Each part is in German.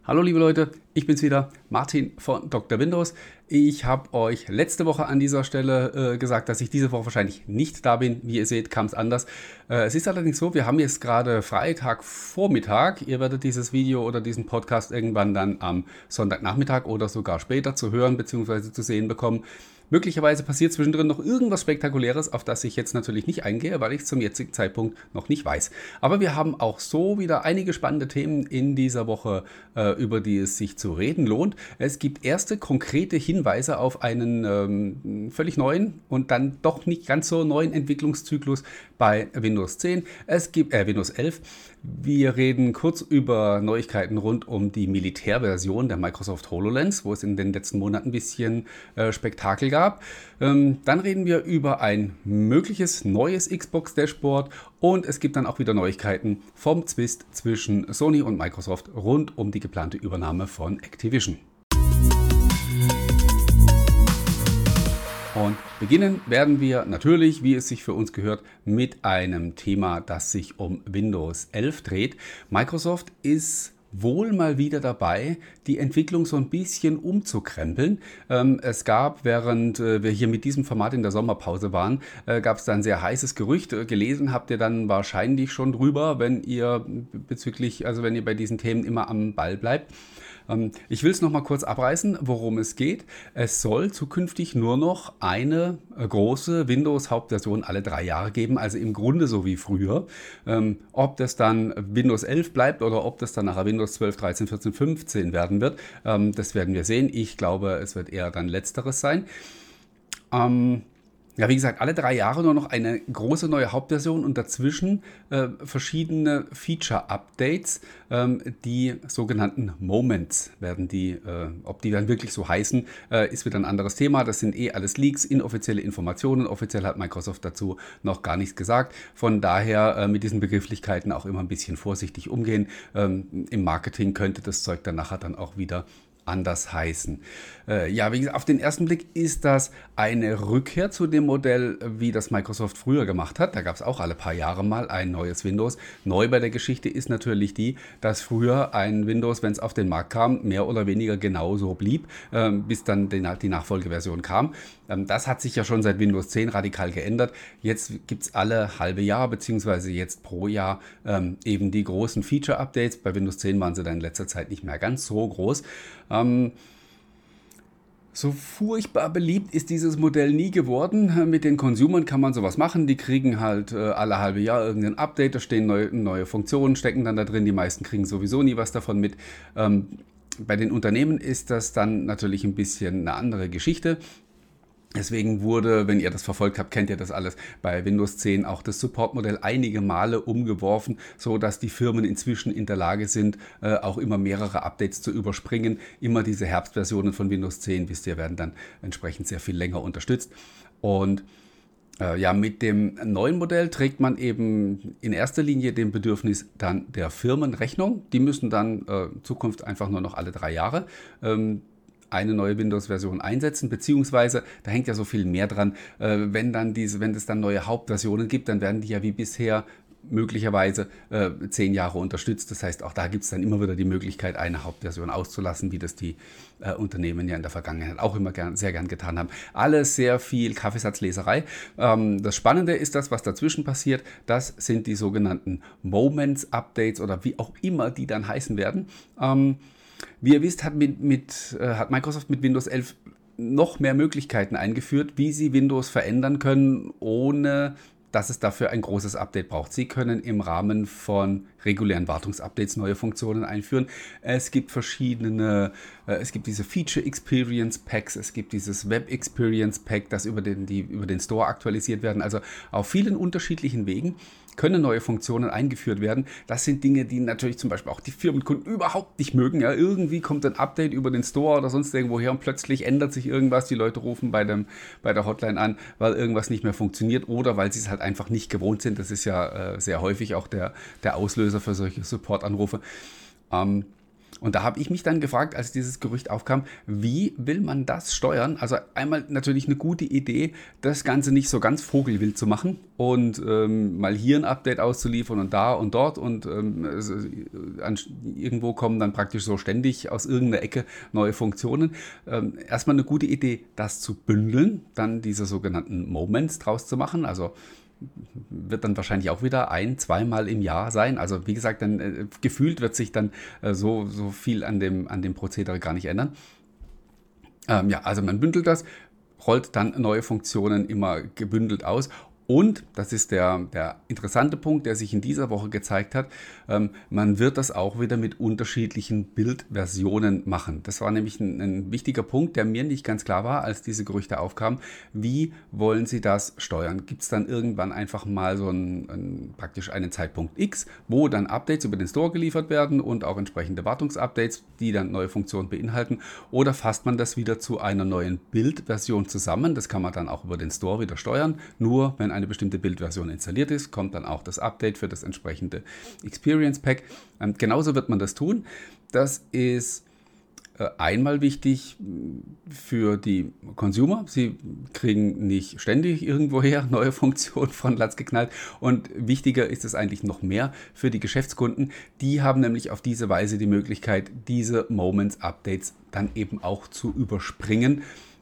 Hallo liebe Leute, ich bin's wieder, Martin von Dr. Windows. Ich habe euch letzte Woche an dieser Stelle gesagt, dass ich diese Woche wahrscheinlich nicht da bin. Wie ihr seht, kam es anders. Es ist allerdings so, wir haben jetzt gerade Freitagvormittag. Ihr werdet dieses Video oder diesen Podcast irgendwann dann am Sonntagnachmittag oder sogar später zu hören bzw. zu sehen bekommen. Möglicherweise passiert zwischendrin noch irgendwas Spektakuläres, auf das ich jetzt natürlich nicht eingehe, weil ich es zum jetzigen Zeitpunkt noch nicht weiß. Aber wir haben auch so wieder einige spannende Themen in dieser Woche, über die es sich zu reden lohnt. Es gibt erste konkrete Hinweise auf einen völlig neuen und dann doch nicht ganz so neuen Entwicklungszyklus bei Windows 10. Es gibt Windows 11. Wir reden kurz über Neuigkeiten rund um die Militärversion der Microsoft HoloLens, wo es in den letzten Monaten ein bisschen Spektakel gab. Dann reden wir über ein mögliches neues Xbox-Dashboard und es gibt dann auch wieder Neuigkeiten vom Zwist zwischen Sony und Microsoft rund um die geplante Übernahme von Activision. Und beginnen werden wir natürlich, wie es sich für uns gehört, mit einem Thema, das sich um Windows 11 dreht. Microsoft ist wohl mal wieder dabei, die Entwicklung so ein bisschen umzukrempeln. Es gab, während wir hier mit diesem Format in der Sommerpause waren, gab es da ein sehr heißes Gerücht. Gelesen habt ihr dann wahrscheinlich schon drüber, wenn ihr wenn ihr bei diesen Themen immer am Ball bleibt. Ich will es nochmal kurz abreißen, worum es geht. Es soll zukünftig nur noch eine große Windows-Hauptversion alle 3 Jahre geben, also im Grunde so wie früher. Ob das dann Windows 11 bleibt oder ob das dann nachher Windows 12, 13, 14, 15 werden wird, das werden wir sehen. Ich glaube, es wird eher dann Letzteres sein. Ja, wie gesagt, alle 3 Jahre nur noch eine große neue Hauptversion und dazwischen verschiedene Feature-Updates, die sogenannten Moments werden die, ob die dann wirklich so heißen, ist wieder ein anderes Thema. Das sind alles Leaks, inoffizielle Informationen. Offiziell hat Microsoft dazu noch gar nichts gesagt. Von daher mit diesen Begrifflichkeiten auch immer ein bisschen vorsichtig umgehen. Im Marketing könnte das Zeug dann nachher dann auch wieder anders heißen. Ja, wie gesagt, auf den ersten Blick ist das eine Rückkehr zu dem Modell, wie das Microsoft früher gemacht hat. Da gab es auch alle paar Jahre mal ein neues Windows. Neu bei der Geschichte ist natürlich die, dass früher ein Windows, wenn es auf den Markt kam, mehr oder weniger genauso blieb, bis dann die Nachfolgeversion kam. Das hat sich ja schon seit Windows 10 radikal geändert. Jetzt gibt es alle halbe Jahr, beziehungsweise jetzt pro Jahr eben die großen Feature-Updates. Bei Windows 10 waren sie dann in letzter Zeit nicht mehr ganz so groß. So furchtbar beliebt ist dieses Modell nie geworden. Mit den Consumern kann man sowas machen. Die kriegen halt alle halbe Jahr irgendein Update, da stehen neue Funktionen, stecken dann da drin. Die meisten kriegen sowieso nie was davon mit. Bei den Unternehmen ist das dann natürlich ein bisschen eine andere Geschichte. Deswegen wurde, wenn ihr das verfolgt habt, kennt ihr das alles, bei Windows 10 auch das Supportmodell einige Male umgeworfen, so dass die Firmen inzwischen in der Lage sind, auch immer mehrere Updates zu überspringen. Immer diese Herbstversionen von Windows 10, wisst ihr, werden dann entsprechend sehr viel länger unterstützt. Und ja, mit dem neuen Modell trägt man eben in erster Linie dem Bedürfnis dann der Firmen Rechnung. Die müssen dann in Zukunft einfach nur noch alle 3 Jahre eine neue Windows-Version einsetzen, beziehungsweise, da hängt ja so viel mehr dran, wenn es dann neue Hauptversionen gibt, dann werden die ja wie bisher möglicherweise 10 Jahre unterstützt. Das heißt, auch da gibt es dann immer wieder die Möglichkeit, eine Hauptversion auszulassen, wie das die Unternehmen ja in der Vergangenheit auch immer sehr gern getan haben. Alles sehr viel Kaffeesatzleserei. Das Spannende ist das, was dazwischen passiert. Das sind die sogenannten Moments-Updates oder wie auch immer die dann heißen werden. Wie ihr wisst, hat Microsoft mit Windows 11 noch mehr Möglichkeiten eingeführt, wie sie Windows verändern können, ohne dass es dafür ein großes Update braucht. Sie können im Rahmen von regulären Wartungsupdates neue Funktionen einführen. Es gibt diese Feature Experience Packs, es gibt dieses Web Experience Pack, das über den Store aktualisiert werden. Also auf vielen unterschiedlichen Wegen können neue Funktionen eingeführt werden. Das sind Dinge, die natürlich zum Beispiel auch die Firmenkunden überhaupt nicht mögen. Ja, irgendwie kommt ein Update über den Store oder sonst irgendwo her und plötzlich ändert sich irgendwas. Die Leute rufen bei der Hotline an, weil irgendwas nicht mehr funktioniert oder weil sie es halt einfach nicht gewohnt sind. Das ist ja sehr häufig auch der Auslöser für solche Support-Anrufe. Und da habe ich mich dann gefragt, als dieses Gerücht aufkam, wie will man das steuern? Also einmal natürlich eine gute Idee, das Ganze nicht so ganz vogelwild zu machen und mal hier ein Update auszuliefern und da und dort und irgendwo kommen dann praktisch so ständig aus irgendeiner Ecke neue Funktionen. Erstmal eine gute Idee, das zu bündeln, dann diese sogenannten Moments draus zu machen, also wird dann wahrscheinlich auch wieder zweimal im Jahr sein. Also wie gesagt, dann gefühlt wird sich dann so viel an dem Prozedere gar nicht ändern. Ja, also man bündelt das, rollt dann neue Funktionen immer gebündelt aus. Und, das ist der interessante Punkt, der sich in dieser Woche gezeigt hat, man wird das auch wieder mit unterschiedlichen Bildversionen machen. Das war nämlich ein wichtiger Punkt, der mir nicht ganz klar war, als diese Gerüchte aufkamen. Wie wollen Sie das steuern? Gibt es dann irgendwann einfach mal so praktisch einen Zeitpunkt X, wo dann Updates über den Store geliefert werden und auch entsprechende Wartungsupdates, die dann neue Funktionen beinhalten? Oder fasst man das wieder zu einer neuen Bildversion zusammen? Das kann man dann auch über den Store wieder steuern. Nur wenn eine bestimmte Bildversion installiert ist, kommt dann auch das Update für das entsprechende Experience Pack. Genauso wird man das tun. Das ist einmal wichtig für die Consumer. Sie kriegen nicht ständig irgendwoher neue Funktionen von Latz geknallt. Und wichtiger ist es eigentlich noch mehr für die Geschäftskunden. Die haben nämlich auf diese Weise die Möglichkeit, diese Moments-Updates dann eben auch zu überspringen.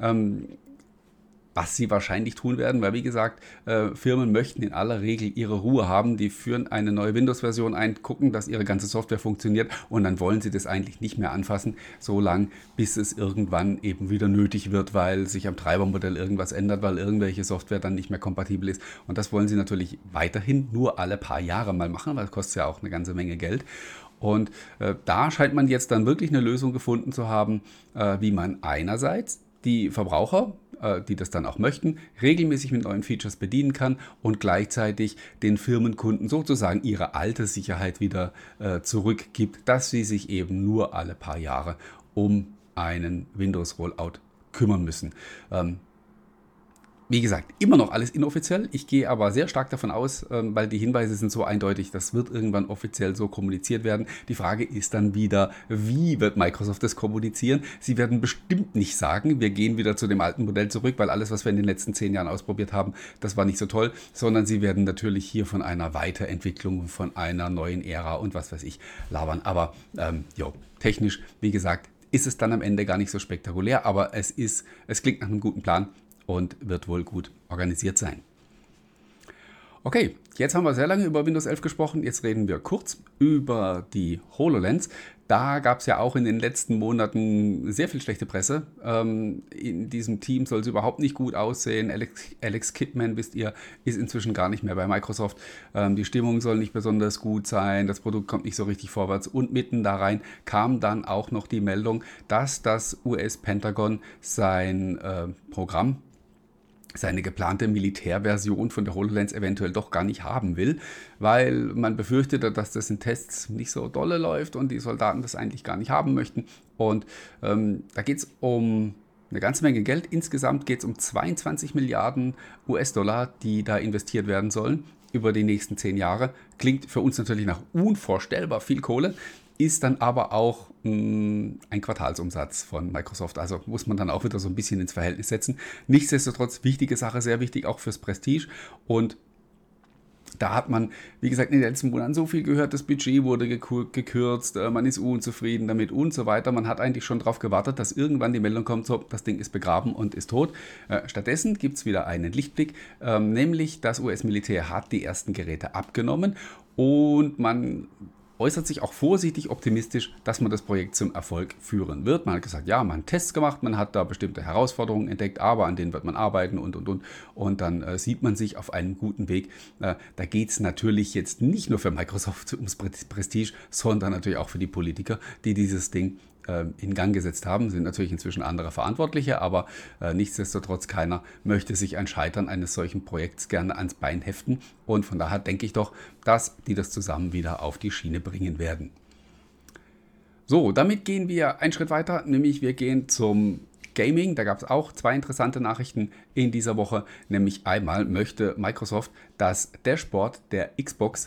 Was sie wahrscheinlich tun werden, weil wie gesagt, Firmen möchten in aller Regel ihre Ruhe haben. Die führen eine neue Windows-Version ein, gucken, dass ihre ganze Software funktioniert und dann wollen sie das eigentlich nicht mehr anfassen, so lange, bis es irgendwann eben wieder nötig wird, weil sich am Treibermodell irgendwas ändert, weil irgendwelche Software dann nicht mehr kompatibel ist. Und das wollen sie natürlich weiterhin nur alle paar Jahre mal machen, weil das kostet ja auch eine ganze Menge Geld. Und da scheint man jetzt dann wirklich eine Lösung gefunden zu haben, wie man einerseits die Verbraucher, die das dann auch möchten, regelmäßig mit neuen Features bedienen kann und gleichzeitig den Firmenkunden sozusagen ihre alte Sicherheit wieder zurückgibt, dass sie sich eben nur alle paar Jahre um einen Windows-Rollout kümmern müssen. Wie gesagt, immer noch alles inoffiziell. Ich gehe aber sehr stark davon aus, weil die Hinweise sind so eindeutig, das wird irgendwann offiziell so kommuniziert werden. Die Frage ist dann wieder, wie wird Microsoft das kommunizieren? Sie werden bestimmt nicht sagen, wir gehen wieder zu dem alten Modell zurück, weil alles, was wir in den letzten 10 Jahren ausprobiert haben, das war nicht so toll, sondern sie werden natürlich hier von einer Weiterentwicklung, von einer neuen Ära und was weiß ich labern. Aber technisch, wie gesagt, ist es dann am Ende gar nicht so spektakulär, aber es klingt nach einem guten Plan und wird wohl gut organisiert sein. Okay, jetzt haben wir sehr lange über Windows 11 gesprochen. Jetzt reden wir kurz über die HoloLens. Da gab es ja auch in den letzten Monaten sehr viel schlechte Presse. In diesem Team soll es überhaupt nicht gut aussehen. Alex Kidman, wisst ihr, ist inzwischen gar nicht mehr bei Microsoft. Die Stimmung soll nicht besonders gut sein. Das Produkt kommt nicht so richtig vorwärts. Und mitten da rein kam dann auch noch die Meldung, dass das US-Pentagon sein Programm, seine geplante Militärversion von der HoloLens eventuell doch gar nicht haben will, weil man befürchtete, dass das in Tests nicht so dolle läuft und die Soldaten das eigentlich gar nicht haben möchten. Und da geht es um eine ganze Menge Geld. Insgesamt geht es um 22 Milliarden US-Dollar, die da investiert werden sollen über die nächsten 10 Jahre. Klingt für uns natürlich nach unvorstellbar viel Kohle. Ist dann aber auch ein Quartalsumsatz von Microsoft. Also muss man dann auch wieder so ein bisschen ins Verhältnis setzen. Nichtsdestotrotz, wichtige Sache, sehr wichtig auch fürs Prestige. Und da hat man, wie gesagt, in den letzten Monaten so viel gehört, das Budget wurde gekürzt, man ist unzufrieden damit und so weiter. Man hat eigentlich schon darauf gewartet, dass irgendwann die Meldung kommt, so, das Ding ist begraben und ist tot. Stattdessen gibt es wieder einen Lichtblick, nämlich das US-Militär hat die ersten Geräte abgenommen und man äußert sich auch vorsichtig optimistisch, dass man das Projekt zum Erfolg führen wird. Man hat gesagt, ja, man hat Tests gemacht, man hat da bestimmte Herausforderungen entdeckt, aber an denen wird man arbeiten und. Und dann sieht man sich auf einem guten Weg. Da geht es natürlich jetzt nicht nur für Microsoft ums Prestige, sondern natürlich auch für die Politiker, die dieses Ding in Gang gesetzt haben, sind natürlich inzwischen andere Verantwortliche, aber nichtsdestotrotz keiner möchte sich ein Scheitern eines solchen Projekts gerne ans Bein heften und von daher denke ich doch, dass die das zusammen wieder auf die Schiene bringen werden. So, damit gehen wir einen Schritt weiter, nämlich wir gehen zum Gaming. Da gab es auch 2 interessante Nachrichten in dieser Woche, nämlich einmal möchte Microsoft das Dashboard der Xbox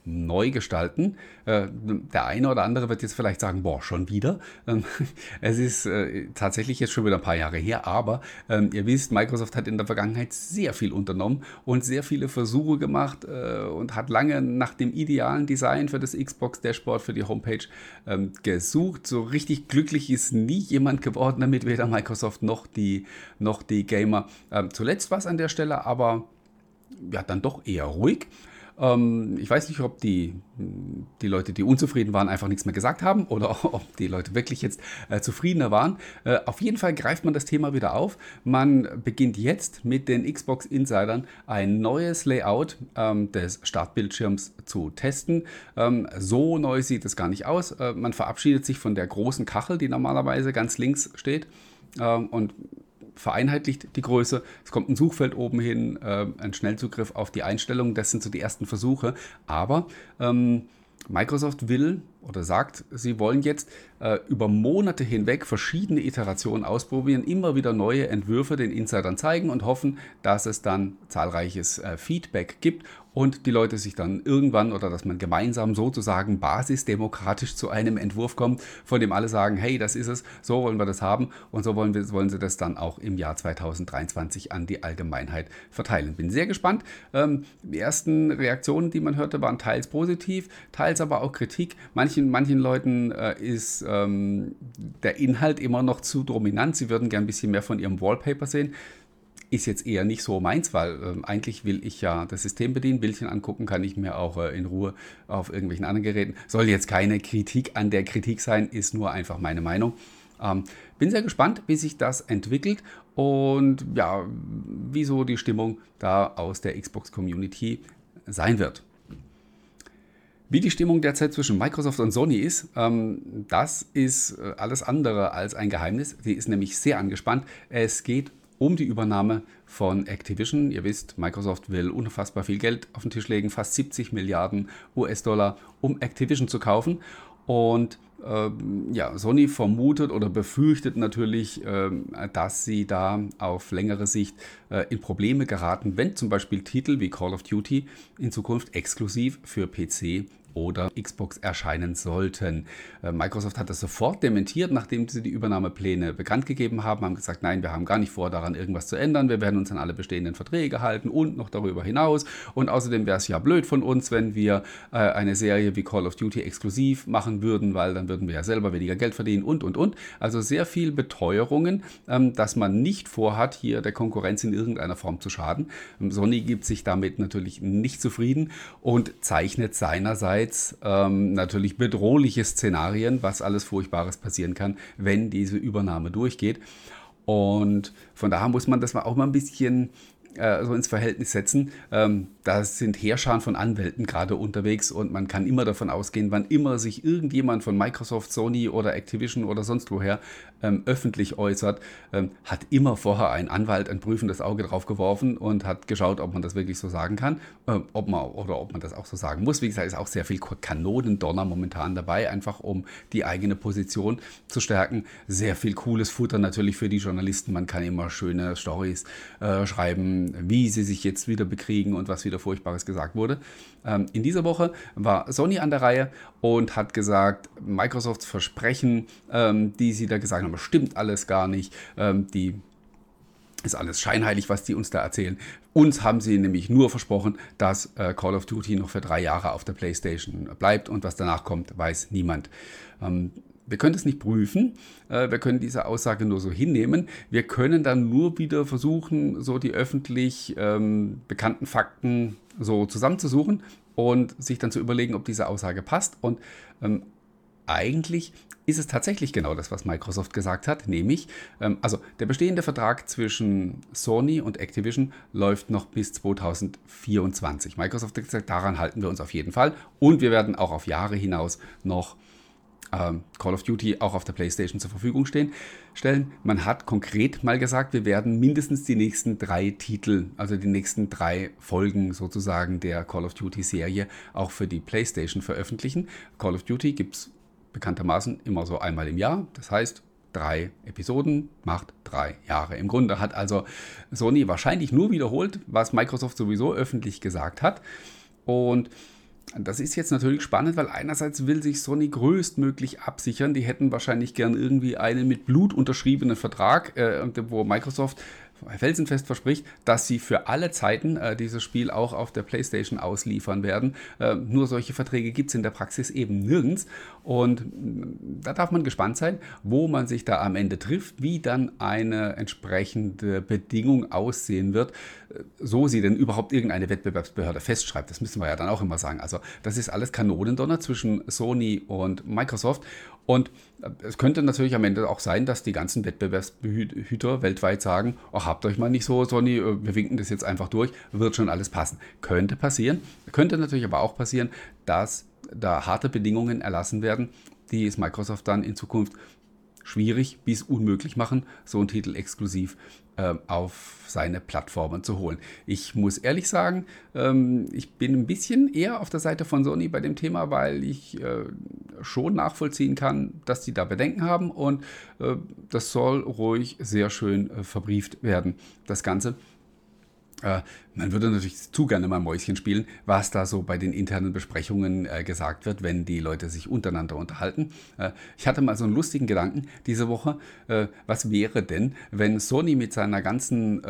neu gestalten. Der eine oder andere wird jetzt vielleicht sagen, boah, schon wieder. Es ist tatsächlich jetzt schon wieder ein paar Jahre her, aber ihr wisst, Microsoft hat in der Vergangenheit sehr viel unternommen und sehr viele Versuche gemacht und hat lange nach dem idealen Design für das Xbox-Dashboard, für die Homepage gesucht. So richtig glücklich ist nie jemand geworden damit, weder Microsoft noch die Gamer. Zuletzt war es an der Stelle aber ja, dann doch eher ruhig. Ich weiß nicht, ob die Leute, die unzufrieden waren, einfach nichts mehr gesagt haben oder ob die Leute wirklich jetzt zufriedener waren. Auf jeden Fall greift man das Thema wieder auf. Man beginnt jetzt mit den Xbox Insidern ein neues Layout des Startbildschirms zu testen. So neu sieht es gar nicht aus. Man verabschiedet sich von der großen Kachel, die normalerweise ganz links steht, und vereinheitlicht die Größe. Es kommt ein Suchfeld oben hin, ein Schnellzugriff auf die Einstellungen. Das sind so die ersten Versuche. Aber Microsoft will oder sagt, sie wollen jetzt über Monate hinweg verschiedene Iterationen ausprobieren, immer wieder neue Entwürfe den Insidern zeigen und hoffen, dass es dann zahlreiches Feedback gibt und die Leute sich dann irgendwann oder dass man gemeinsam sozusagen basisdemokratisch zu einem Entwurf kommt, von dem alle sagen, hey, das ist es, so wollen wir das haben und so wollen sie das dann auch im Jahr 2023 an die Allgemeinheit verteilen. Bin sehr gespannt. Die ersten Reaktionen, die man hörte, waren teils positiv, teils aber auch Kritik. Manchen Leuten ist der Inhalt immer noch zu dominant. Sie würden gerne ein bisschen mehr von ihrem Wallpaper sehen. Ist jetzt eher nicht so meins, weil eigentlich will ich ja das System bedienen. Bildchen angucken kann ich mir auch in Ruhe auf irgendwelchen anderen Geräten. Soll jetzt keine Kritik an der Kritik sein, ist nur einfach meine Meinung. Bin sehr gespannt, wie sich das entwickelt und ja, wieso die Stimmung da aus der Xbox-Community sein wird. Wie die Stimmung derzeit zwischen Microsoft und Sony ist, das ist alles andere als ein Geheimnis. Die ist nämlich sehr angespannt. Es geht um die Übernahme von Activision. Ihr wisst, Microsoft will unfassbar viel Geld auf den Tisch legen, fast 70 Milliarden US-Dollar, um Activision zu kaufen. Und ja, Sony vermutet oder befürchtet natürlich, dass sie da auf längere Sicht in Probleme geraten, wenn zum Beispiel Titel wie Call of Duty in Zukunft exklusiv für PC oder Xbox erscheinen sollten. Microsoft hat das sofort dementiert, nachdem sie die Übernahmepläne bekannt gegeben haben, haben gesagt, nein, wir haben gar nicht vor, daran irgendwas zu ändern, wir werden uns an alle bestehenden Verträge halten und noch darüber hinaus und außerdem wäre es ja blöd von uns, wenn wir eine Serie wie Call of Duty exklusiv machen würden, weil dann würden wir ja selber weniger Geld verdienen und. Also sehr viel Beteuerungen, dass man nicht vorhat, hier der Konkurrenz in irgendeiner Form zu schaden. Sony gibt sich damit natürlich nicht zufrieden und zeichnet seinerseits natürlich bedrohliche Szenarien, was alles Furchtbares passieren kann, wenn diese Übernahme durchgeht. Und von daher muss man das auch mal ein bisschen so ins Verhältnis setzen. Da sind Heerscharen von Anwälten gerade unterwegs und man kann immer davon ausgehen, wann immer sich irgendjemand von Microsoft, Sony oder Activision oder sonst woher öffentlich äußert, hat immer vorher ein Anwalt ein prüfendes Auge drauf geworfen und hat geschaut, ob man das wirklich so sagen kann, ob man das auch so sagen muss. Wie gesagt, ist auch sehr viel Kanonendonner momentan dabei, einfach um die eigene Position zu stärken. Sehr viel cooles Futter natürlich für die Journalisten. Man kann immer schöne Storys schreiben, wie sie sich jetzt wieder bekriegen und was wieder Furchtbares gesagt wurde. In dieser Woche war Sony an der Reihe und hat gesagt, Microsofts Versprechen, die sie da gesagt haben, stimmt alles gar nicht. Die ist alles scheinheilig, was die uns da erzählen. Uns haben sie nämlich nur versprochen, dass Call of Duty noch für 3 Jahre auf der PlayStation bleibt und was danach kommt, weiß niemand. Wir können das nicht prüfen, wir können diese Aussage nur so hinnehmen. Wir können dann nur wieder versuchen, so die öffentlich bekannten Fakten so zusammenzusuchen und sich dann zu überlegen, ob diese Aussage passt. Und eigentlich ist es tatsächlich genau das, was Microsoft gesagt hat, nämlich, also der bestehende Vertrag zwischen Sony und Activision läuft noch bis 2024. Microsoft hat gesagt, daran halten wir uns auf jeden Fall und wir werden auch auf Jahre hinaus noch Call of Duty auch auf der PlayStation zur Verfügung stellen. Man hat konkret mal gesagt, wir werden mindestens die nächsten 3 Titel, also die nächsten 3 Folgen sozusagen der Call of Duty Serie auch für die PlayStation veröffentlichen. Call of Duty gibt es bekanntermaßen immer so einmal im Jahr. Das heißt, 3 Episoden macht 3 Jahre. Im Grunde hat also Sony wahrscheinlich nur wiederholt, was Microsoft sowieso öffentlich gesagt hat. Und Das ist jetzt natürlich spannend, weil einerseits will sich Sony größtmöglich absichern. Die hätten wahrscheinlich gern irgendwie einen mit Blut unterschriebenen Vertrag, wo Microsoft felsenfest verspricht, dass sie für alle Zeiten dieses Spiel auch auf der PlayStation ausliefern werden. Nur solche Verträge gibt es in der Praxis eben nirgends. Und da darf man gespannt sein, wo man sich da am Ende trifft, wie dann eine entsprechende Bedingung aussehen wird, so sie denn überhaupt irgendeine Wettbewerbsbehörde festschreibt. Das müssen wir ja dann auch immer sagen. Also das ist alles Kanonendonner zwischen Sony und Microsoft. Und es könnte natürlich am Ende auch sein, dass die ganzen Wettbewerbshüter weltweit sagen, ach, habt euch mal nicht so, Sony, wir winken das jetzt einfach durch, wird schon alles passen. Könnte passieren. Könnte natürlich aber auch passieren, dass da harte Bedingungen erlassen werden, die es Microsoft dann in Zukunft schwierig bis unmöglich machen, so einen Titel exklusiv auf seine Plattformen zu holen. Ich muss ehrlich sagen, ich bin ein bisschen eher auf der Seite von Sony bei dem Thema, weil ich schon nachvollziehen kann, dass die da Bedenken haben und das soll ruhig sehr schön verbrieft werden, das Ganze. Man würde natürlich zu gerne mal Mäuschen spielen, was da so bei den internen Besprechungen gesagt wird, wenn die Leute sich untereinander unterhalten. Ich hatte mal so einen lustigen Gedanken diese Woche. Was wäre denn, wenn Sony mit seiner ganzen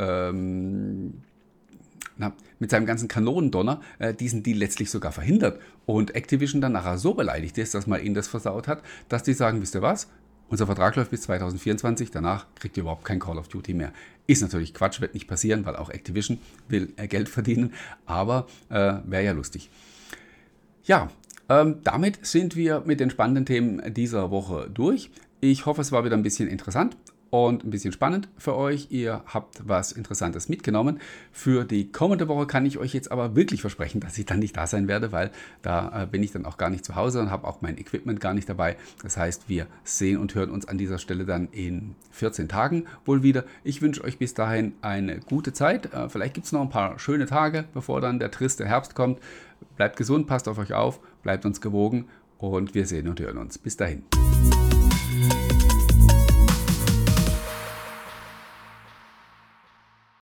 mit seinem ganzen Kanonendonner diesen Deal letztlich sogar verhindert und Activision dann nachher so beleidigt ist, dass man ihnen das versaut hat, dass die sagen, wisst ihr was? Unser Vertrag läuft bis 2024, danach kriegt ihr überhaupt kein Call of Duty mehr. Ist natürlich Quatsch, wird nicht passieren, weil auch Activision will Geld verdienen, aber wäre ja lustig. Ja, damit sind wir mit den spannenden Themen dieser Woche durch. Ich hoffe, es war wieder ein bisschen interessant und ein bisschen spannend für euch. Ihr habt was Interessantes mitgenommen. Für die kommende Woche kann ich euch jetzt aber wirklich versprechen, dass ich dann nicht da sein werde, weil da bin ich dann auch gar nicht zu Hause und habe auch mein Equipment gar nicht dabei. Das heißt, wir sehen und hören uns an dieser Stelle dann in 14 Tagen wohl wieder. Ich wünsche euch bis dahin eine gute Zeit. Vielleicht gibt es noch ein paar schöne Tage, bevor dann der triste Herbst kommt. Bleibt gesund, passt auf euch auf, bleibt uns gewogen und wir sehen und hören uns. Bis dahin.